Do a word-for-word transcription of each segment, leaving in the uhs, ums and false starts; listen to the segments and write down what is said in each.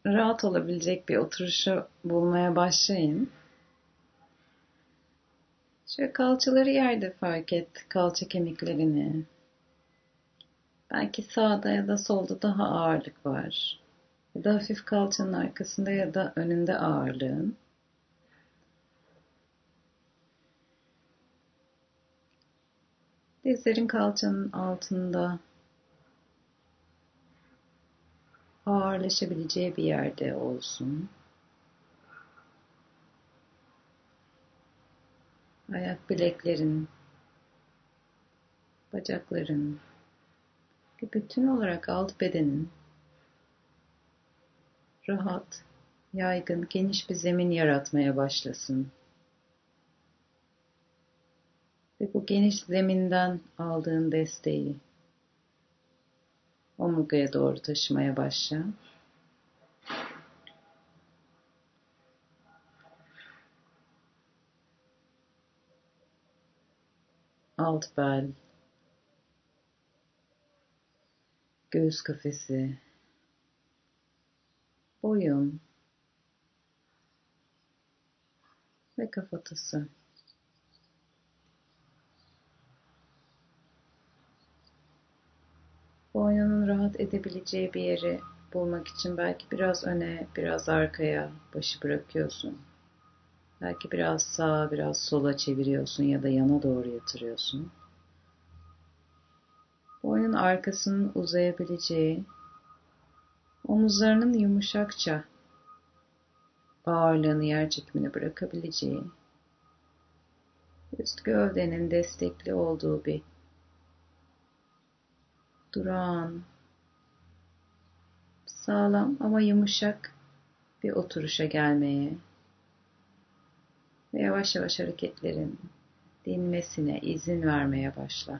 rahat olabilecek bir oturuşu bulmaya başlayın. Şöyle kalçaları yerde fark et, kalça kemiklerini. Belki sağda ya da solda daha ağırlık var. Ya da hafif kalçanın arkasında ya da önünde ağırlığın. Dizlerin kalçanın altında ağırlaşabileceği bir yerde olsun. Ayak bileklerin, bacakların ve bütün olarak alt bedenin rahat, yaygın, geniş bir zemin yaratmaya başlasın. Ve bu geniş zeminden aldığın desteği omurgaya doğru taşımaya başla. Alt bel, göğüs kafesi, boyun ve kafatası. Boynunun rahat edebileceği bir yeri bulmak için belki biraz öne, biraz arkaya başı bırakıyorsun. Belki biraz sağa, biraz sola çeviriyorsun ya da yana doğru yatırıyorsun. Boynun arkasının uzayabileceği, omuzlarının yumuşakça ağırlığını, yer çekimini bırakabileceği, üst gövdenin destekli olduğu bir durağan, sağlam ama yumuşak bir oturuşa gelmeye ve yavaş yavaş hareketlerin dinmesine izin vermeye başla.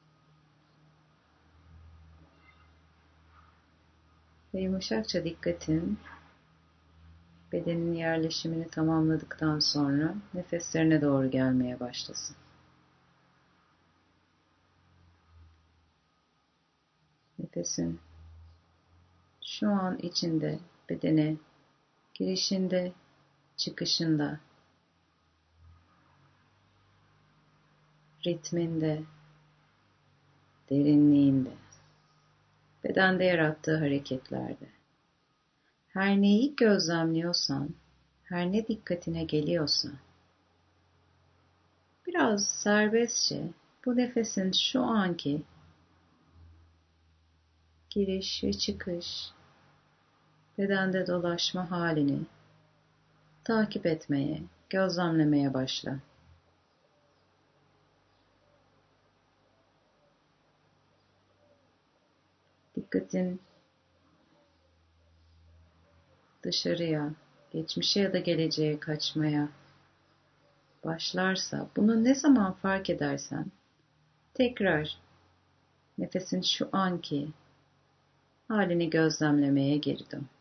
Ve yumuşakça dikkatin bedenin yerleşimini tamamladıktan sonra nefeslerine doğru gelmeye başlasın. Nefesin şu an içinde, bedene girişinde, çıkışında, ritminde, derinliğinde, bedende yarattığı hareketlerde. Her neyi gözlemliyorsan, her ne dikkatine geliyorsa, biraz serbestçe bu nefesin şu anki giriş ve çıkış, bedende dolaşma halini takip etmeye, gözlemlemeye başla. Dikkatin dışarıya, geçmişe ya da geleceğe kaçmaya başlarsa, bunu ne zaman fark edersen tekrar nefesin şu anki halini gözlemlemeye geri dön.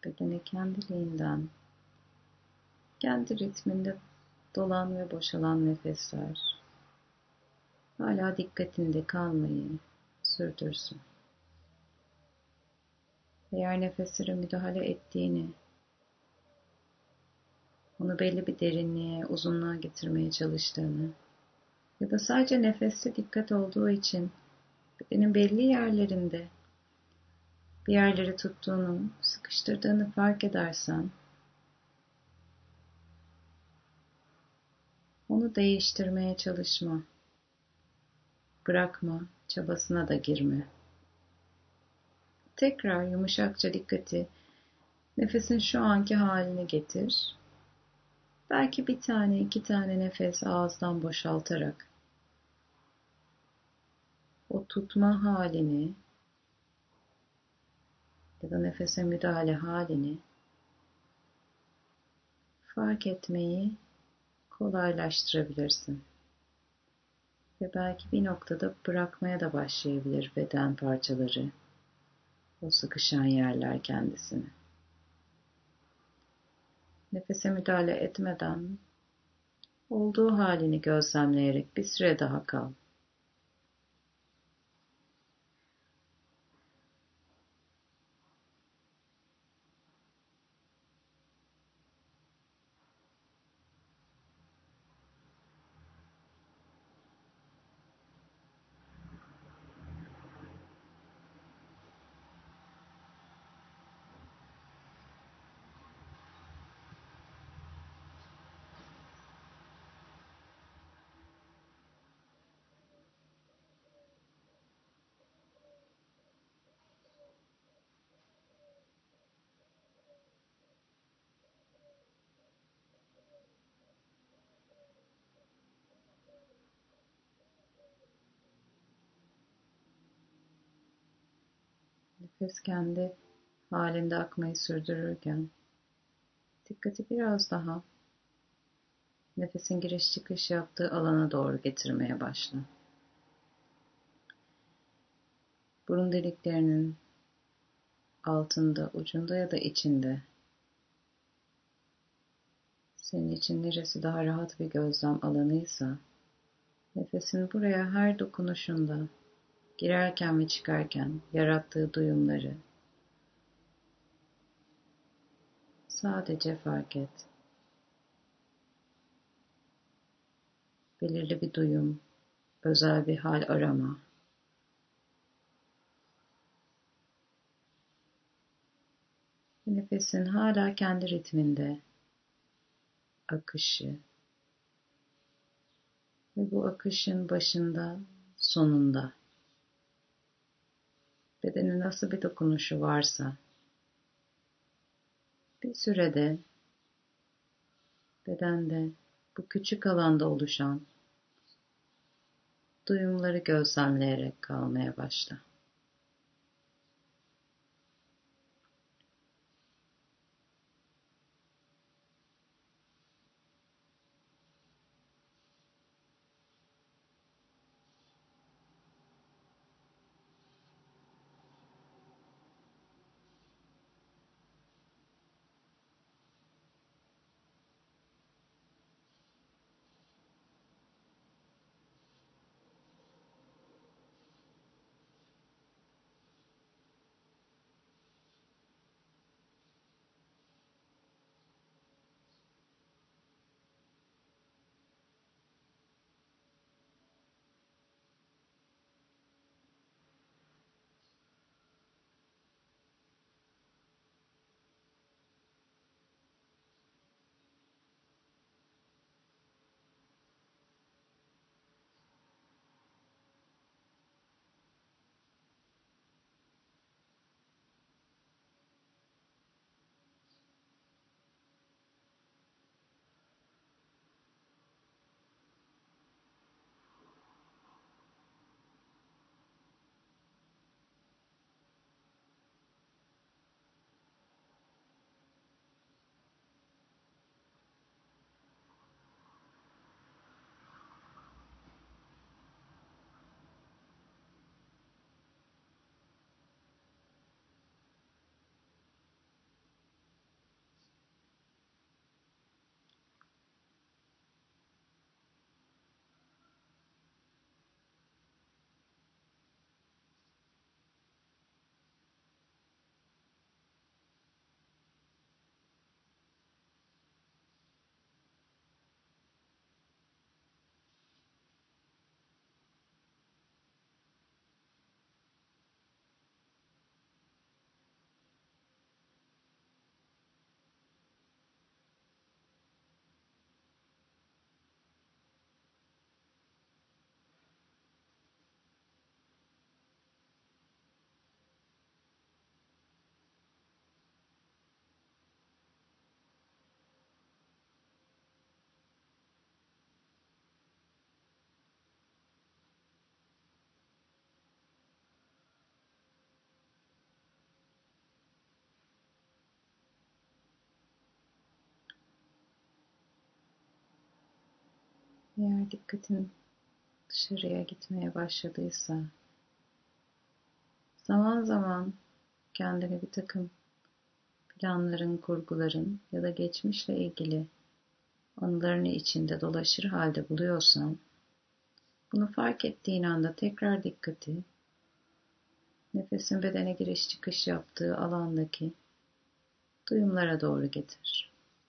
Bedeni kendiliğinden, kendi ritminde dolan ve boşalan nefesler hala dikkatinde kalmayı sürdürsün. Eğer nefeslere müdahale ettiğini, onu belli bir derinliğe, uzunluğa getirmeye çalıştığını ya da sadece nefeste dikkat olduğu için bedenin belli yerlerinde bir yerleri tuttuğunu, sıkıştırdığını fark edersen, onu değiştirmeye çalışma, bırakma, çabasına da girme. Tekrar yumuşakça dikkati nefesin şu anki haline getir. Belki bir tane, iki tane nefes ağızdan boşaltarak o tutma halini ya da nefese müdahale halini fark etmeyi kolaylaştırabilirsin. Ve belki bir noktada bırakmaya da başlayabilir beden parçaları, o sıkışan yerler kendisini. Nefese müdahale etmeden olduğu halini gözlemleyerek bir süre daha kal. Nefes kendi halinde akmayı sürdürürken dikkati biraz daha nefesin giriş çıkış yaptığı alana doğru getirmeye başla. Burun deliklerinin altında, ucunda ya da içinde senin için neresi daha rahat bir gözlem alanıysa nefesin buraya her dokunuşunda girerken ve çıkarken yarattığı duyumları sadece fark et. Belirli bir duyum, özel bir hal arama. Nefesin hala kendi ritminde akışı ve bu akışın başında, sonunda bedenin nasıl bir dokunuşu varsa bir sürede bedende bu küçük alanda oluşan duyumları gözlemleyerek kalmaya başla. Eğer dikkatin dışarıya gitmeye başladıysa, zaman zaman kendini bir takım planların, kurguların ya da geçmişle ilgili anılarını içinde dolaşır halde buluyorsan, bunu fark ettiğin anda tekrar dikkati, nefesin bedene giriş çıkış yaptığı alandaki duyumlara doğru getir.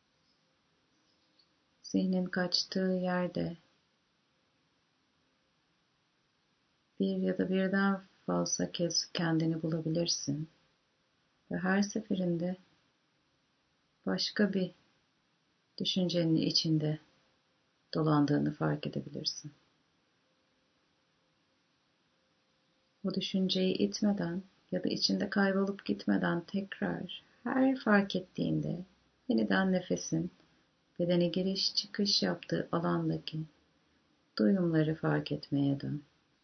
Zihnin kaçtığı yerde bir ya da birden fazla kez kendini bulabilirsin ve her seferinde başka bir düşüncenin içinde dolandığını fark edebilirsin. O düşünceyi itmeden ya da içinde kaybolup gitmeden tekrar her fark ettiğinde yeniden nefesin bedene giriş çıkış yaptığı alandaki duyumları fark etmeye dön.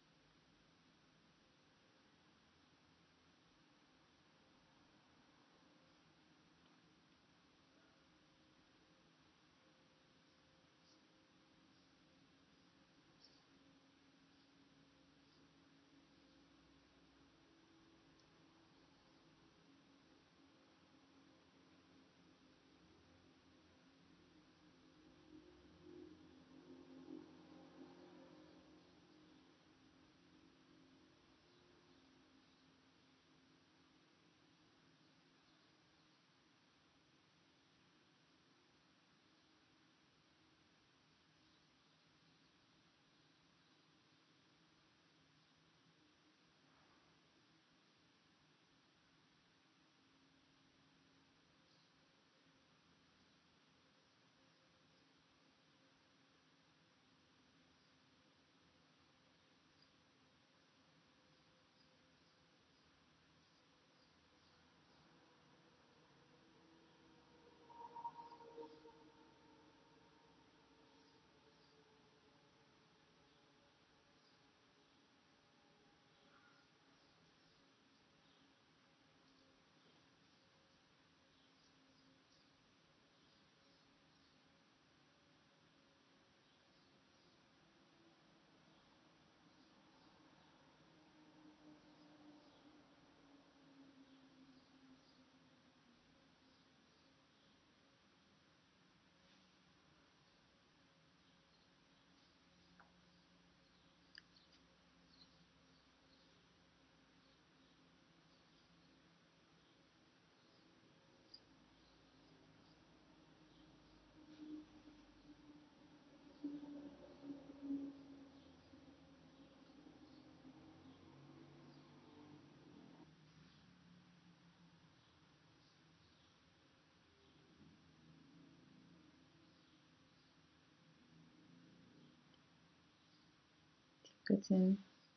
Dikkatin,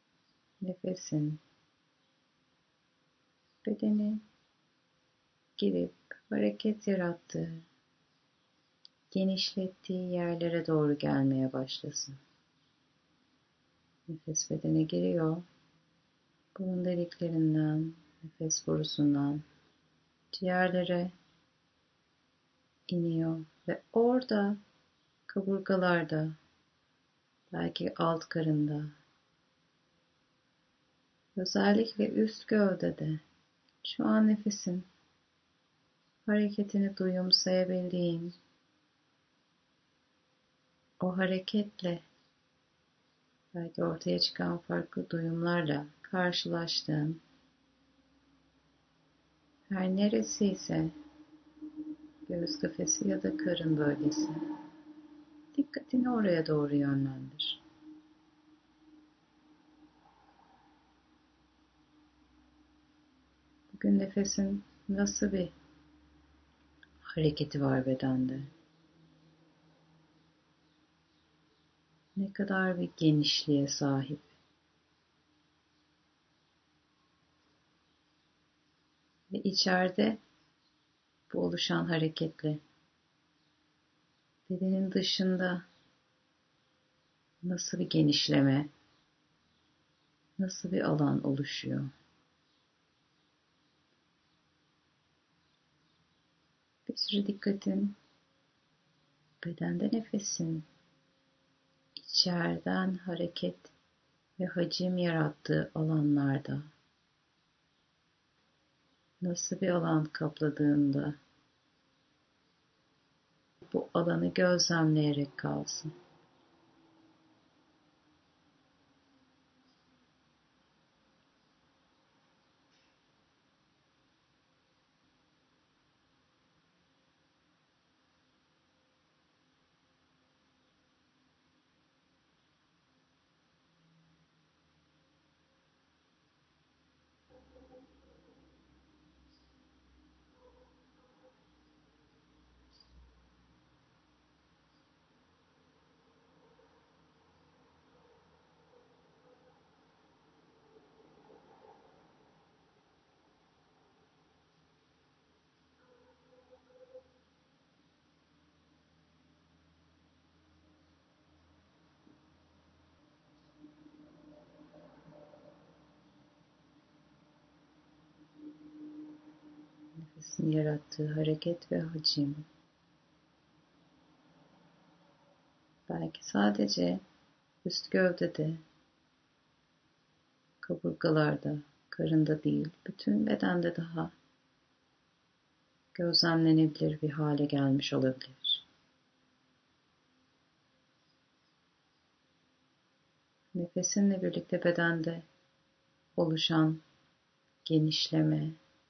nefesin, bedeni girip hareket yarattığı, genişlettiği yerlere doğru gelmeye başlasın. Nefes bedene giriyor, burun deliklerinden, nefes borusundan ciğerlere iniyor ve orada kaburgalarda, belki alt karında, özellikle üst gövdede şu an nefesin hareketini duyumsayabildiğin, o hareketle belki ortaya çıkan farklı duyumlarla karşılaştığın her neresiyse göğüs kafesi ya da karın bölgesi, dikkatini oraya doğru yönlendir. Bugün nefesin nasıl bir hareketi var bedende? Ne kadar bir genişliğe sahip? Ve içeride bu oluşan hareketle bedenin dışında nasıl bir genişleme, nasıl bir alan oluşuyor? Bir süre dikkatin bedende nefesin içeriden hareket ve hacim yarattığı alanlarda nasıl bir alan kapladığında bu alanı gözlemleyerek kalsın. Nefesin yarattığı hareket ve hacim. Belki sadece üst gövdede, kaburgalarda, karında değil, bütün bedende daha gözlemlenebilir bir hale gelmiş olabilir. Nefesinle birlikte bedende oluşan genişleme,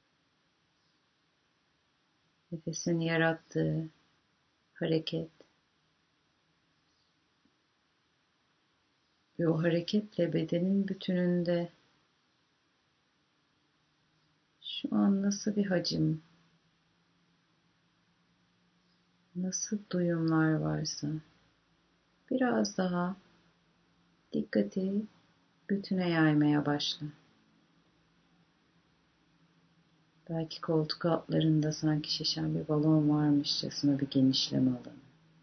nefesin yarattığı hareket ve o hareketle bedenin bütününde şu an nasıl bir hacim, nasıl duyumlar varsa biraz daha dikkati bütüne yaymaya başla. Belki koltuk altlarında sanki şişen bir balon varmışçasına bir genişleme alanı.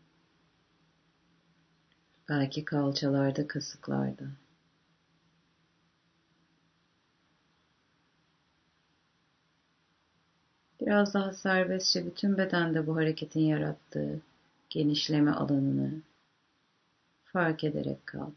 Belki kalçalarda, kasıklarda. Biraz daha serbestçe bütün bedende bu hareketin yarattığı genişleme alanını fark ederek kal.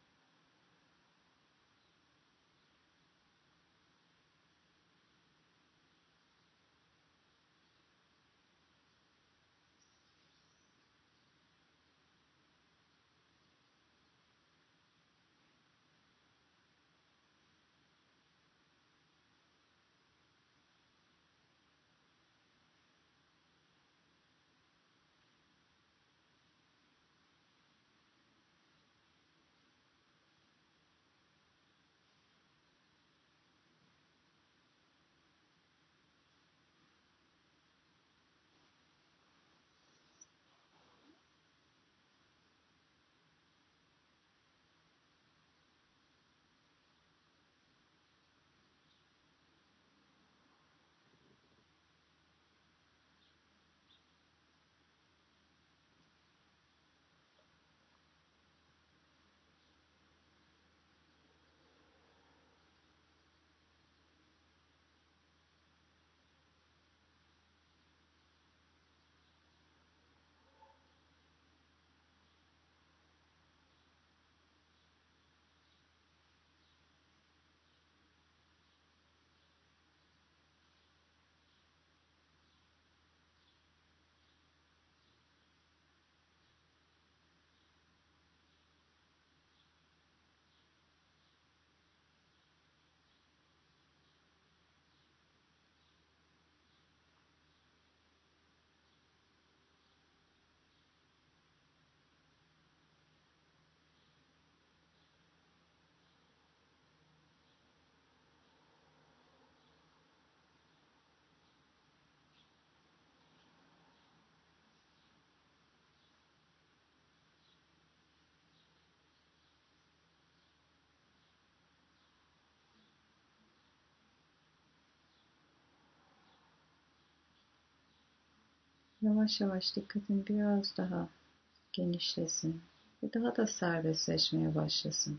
Yavaş yavaş dikkatin biraz daha genişlesin ve daha da serbestleşmeye başlasın.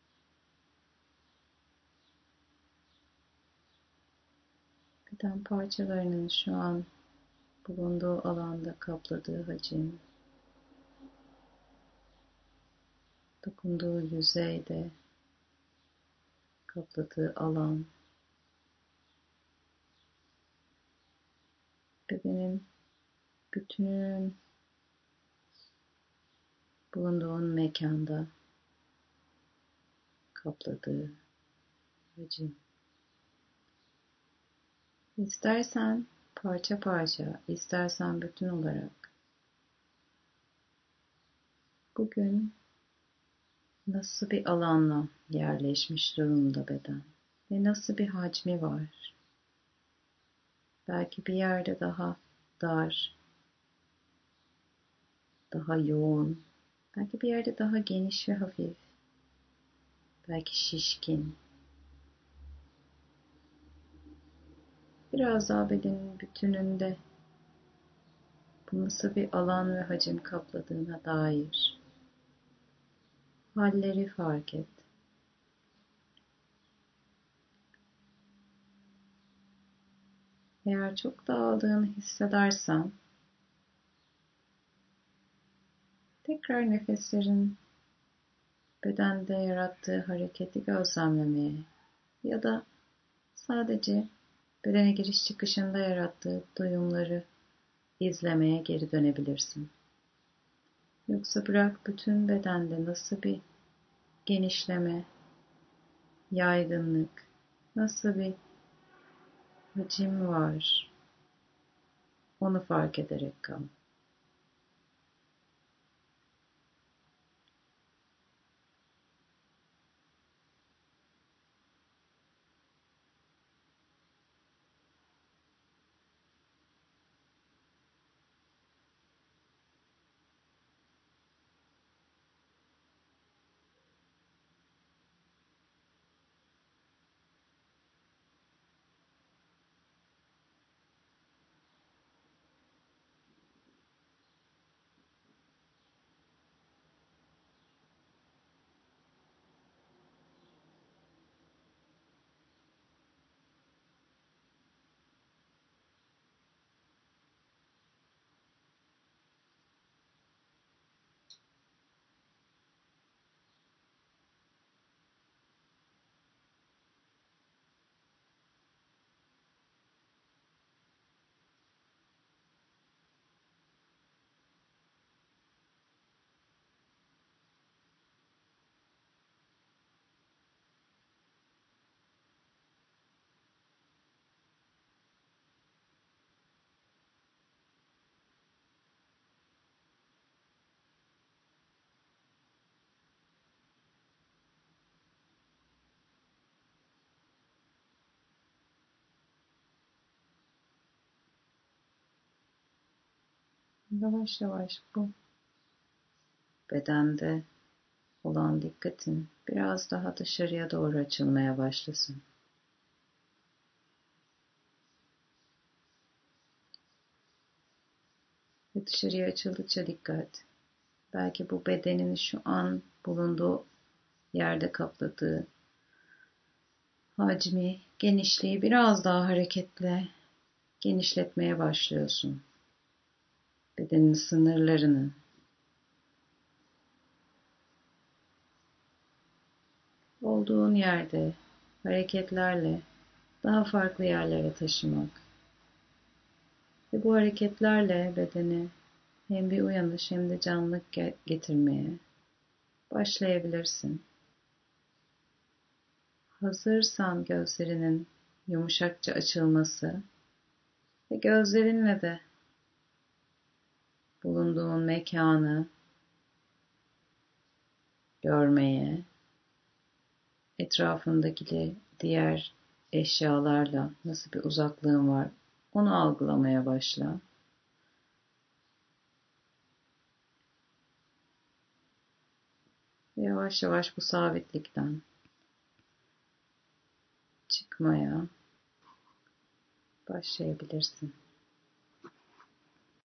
Beden parçalarının şu an bulunduğu alanda kapladığı hacim dokunduğu yüzeyde, kapladığı alan, bedenin bütün bulunduğun mekanda kapladığı hacim. İstersen parça parça, istersen bütün olarak bugün nasıl bir alanla yerleşmiş durumda beden ve nasıl bir hacmi var? Belki bir yerde daha dar, daha yoğun, belki bir yerde daha geniş ve hafif, belki şişkin. Biraz daha bedenin bütününde bu nasıl bir alan ve hacim kapladığına dair halleri fark et. Eğer çok dağıldığını hissedersen tekrar nefeslerin bedende yarattığı hareketi gözlemlemeye ya da sadece bedene giriş çıkışında yarattığı duyumları izlemeye geri dönebilirsin. Yoksa bırak bütün bedende nasıl bir genişleme, yaygınlık, nasıl bir hacim var, onu fark ederek kal. Yavaş yavaş bu bedende olan dikkatin biraz daha dışarıya doğru açılmaya başlasın. Ve dışarıya açıldıkça dikkat, belki bu bedenin şu an bulunduğu yerde kapladığı hacmi, genişliği biraz daha hareketle genişletmeye başlıyorsun. Bedenin sınırlarını, olduğun yerde hareketlerle daha farklı yerlere taşımak ve bu hareketlerle bedeni hem bir uyanış hem de canlılık getirmeye başlayabilirsin. Hazırsan gözlerinin yumuşakça açılması ve gözlerinle de bulunduğun mekanı görmeye, etrafındaki diğer eşyalarla nasıl bir uzaklığın var, onu algılamaya başla. Ve yavaş yavaş bu sabitlikten çıkmaya başlayabilirsin.